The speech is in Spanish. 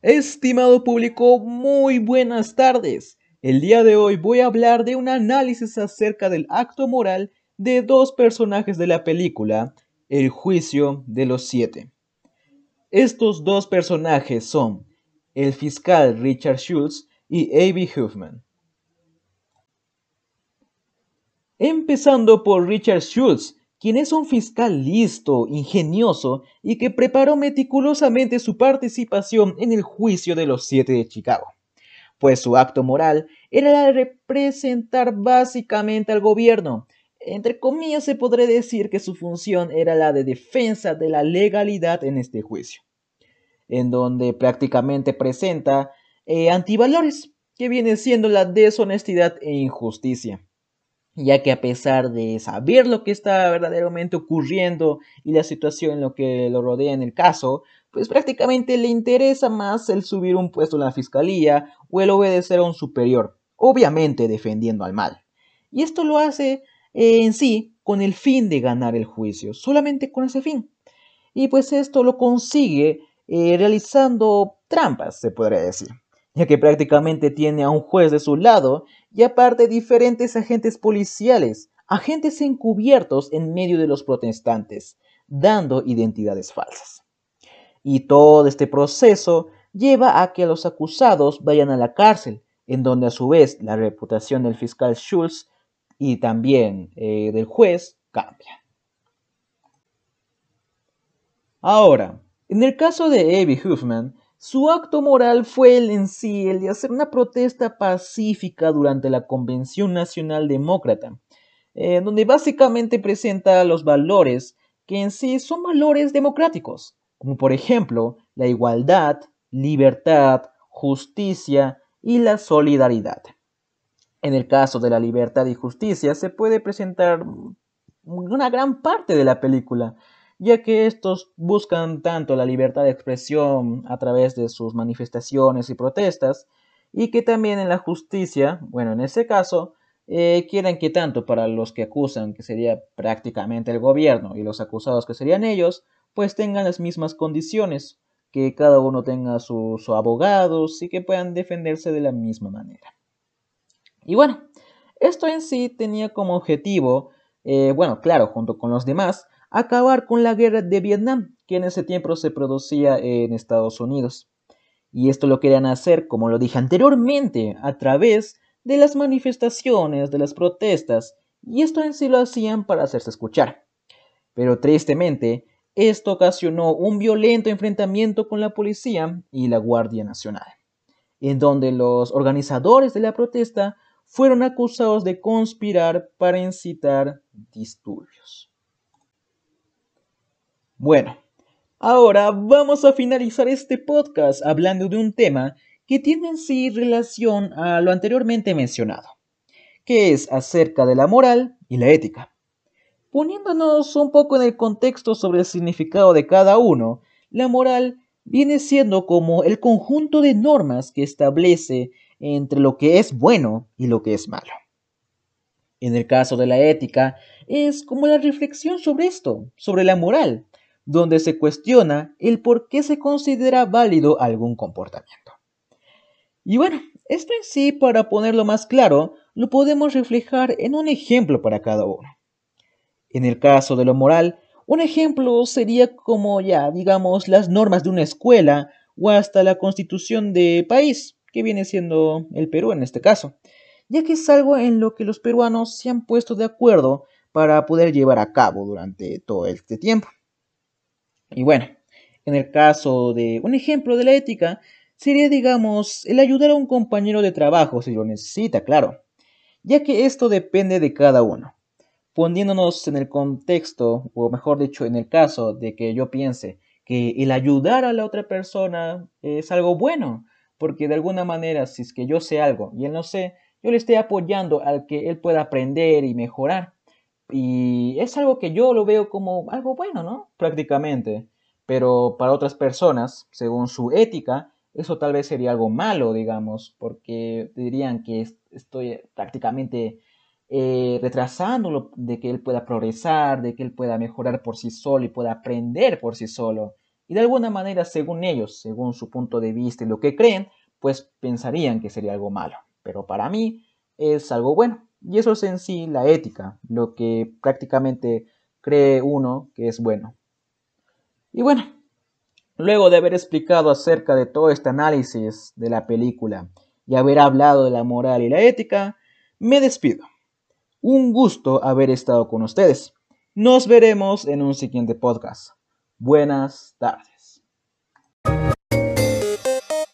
Estimado público, muy buenas tardes. El día de hoy voy a hablar de un análisis acerca del acto moral de dos personajes de la película, El juicio de los siete. Estos dos personajes son el fiscal Richard Schultz y Avi Huffman. Empezando por Richard Schultz, quien es un fiscal listo, ingenioso y que preparó meticulosamente su participación en el juicio de los siete de Chicago, pues su acto moral era la de representar básicamente al gobierno. Entre comillas se podría decir que su función era la de defensa de la legalidad en este juicio, en donde prácticamente presenta antivalores, que viene siendo la deshonestidad e injusticia, ya que a pesar de saber lo que está verdaderamente ocurriendo y la situación en lo que lo rodea en el caso, pues prácticamente le interesa más el subir un puesto en la fiscalía o el obedecer a un superior, obviamente defendiendo al mal. Y esto lo hace en sí con el fin de ganar el juicio, solamente con ese fin. Y pues esto lo consigue realizando trampas, se podría decir, ya que prácticamente tiene a un juez de su lado y aparte diferentes agentes policiales, agentes encubiertos en medio de los protestantes, dando identidades falsas. Y todo este proceso lleva a que los acusados vayan a la cárcel, en donde a su vez la reputación del fiscal Schultz y también del juez cambia. Ahora, en el caso de Avi Huffman, su acto moral fue en sí el de hacer una protesta pacífica durante la Convención Nacional Demócrata, donde básicamente presenta los valores que en sí son valores democráticos, como por ejemplo la igualdad, libertad, justicia y la solidaridad. En el caso de la libertad y justicia se puede presentar una gran parte de la película, ya que estos buscan tanto la libertad de expresión a través de sus manifestaciones y protestas, y que también en la justicia, bueno, en ese caso, quieren que tanto para los que acusan, que sería prácticamente el gobierno, y los acusados, que serían ellos, pues tengan las mismas condiciones, que cada uno tenga sus abogados y que puedan defenderse de la misma manera. Y bueno, esto en sí tenía como objetivo, bueno, claro, junto con los demás, acabar con la guerra de Vietnam, que en ese tiempo se producía en Estados Unidos. Y esto lo querían hacer, como lo dije anteriormente, a través de las manifestaciones, de las protestas, y esto en sí lo hacían para hacerse escuchar. Pero tristemente, esto ocasionó un violento enfrentamiento con la policía y la Guardia Nacional, en donde los organizadores de la protesta fueron acusados de conspirar para incitar disturbios. Bueno, ahora vamos a finalizar este podcast hablando de un tema que tiene en sí relación a lo anteriormente mencionado, que es acerca de la moral y la ética. Poniéndonos un poco en el contexto sobre el significado de cada uno, la moral viene siendo como el conjunto de normas que establece entre lo que es bueno y lo que es malo. En el caso de la ética, es como la reflexión sobre esto, sobre la moral, donde se cuestiona el por qué se considera válido algún comportamiento. Y bueno, esto en sí, para ponerlo más claro, lo podemos reflejar en un ejemplo para cada uno. En el caso de lo moral, un ejemplo sería como ya, digamos, las normas de una escuela o hasta la constitución de país, que viene siendo el Perú en este caso, ya que es algo en lo que los peruanos se han puesto de acuerdo para poder llevar a cabo durante todo este tiempo. Y bueno, en el caso de un ejemplo de la ética, sería, digamos, el ayudar a un compañero de trabajo si lo necesita, claro, ya que esto depende de cada uno. Poniéndonos en el contexto, o mejor dicho, en el caso de que yo piense que el ayudar a la otra persona es algo bueno, porque de alguna manera, si es que yo sé algo y él no sé, yo le estoy apoyando al que él pueda aprender y mejorar. Y es algo que yo lo veo como algo bueno, ¿no? Prácticamente. Pero para otras personas, según su ética, eso tal vez sería algo malo, digamos, porque dirían que estoy prácticamente retrasándolo de que él pueda progresar, de que él pueda mejorar por sí solo y pueda aprender por sí solo. Y de alguna manera, según ellos, según su punto de vista y lo que creen, pues pensarían que sería algo malo. Pero para mí es algo bueno. Y eso es en sí la ética, lo que prácticamente cree uno que es bueno. Y bueno, luego de haber explicado acerca de todo este análisis de la película y haber hablado de la moral y la ética, me despido. Un gusto haber estado con ustedes. Nos veremos en un siguiente podcast. Buenas tardes.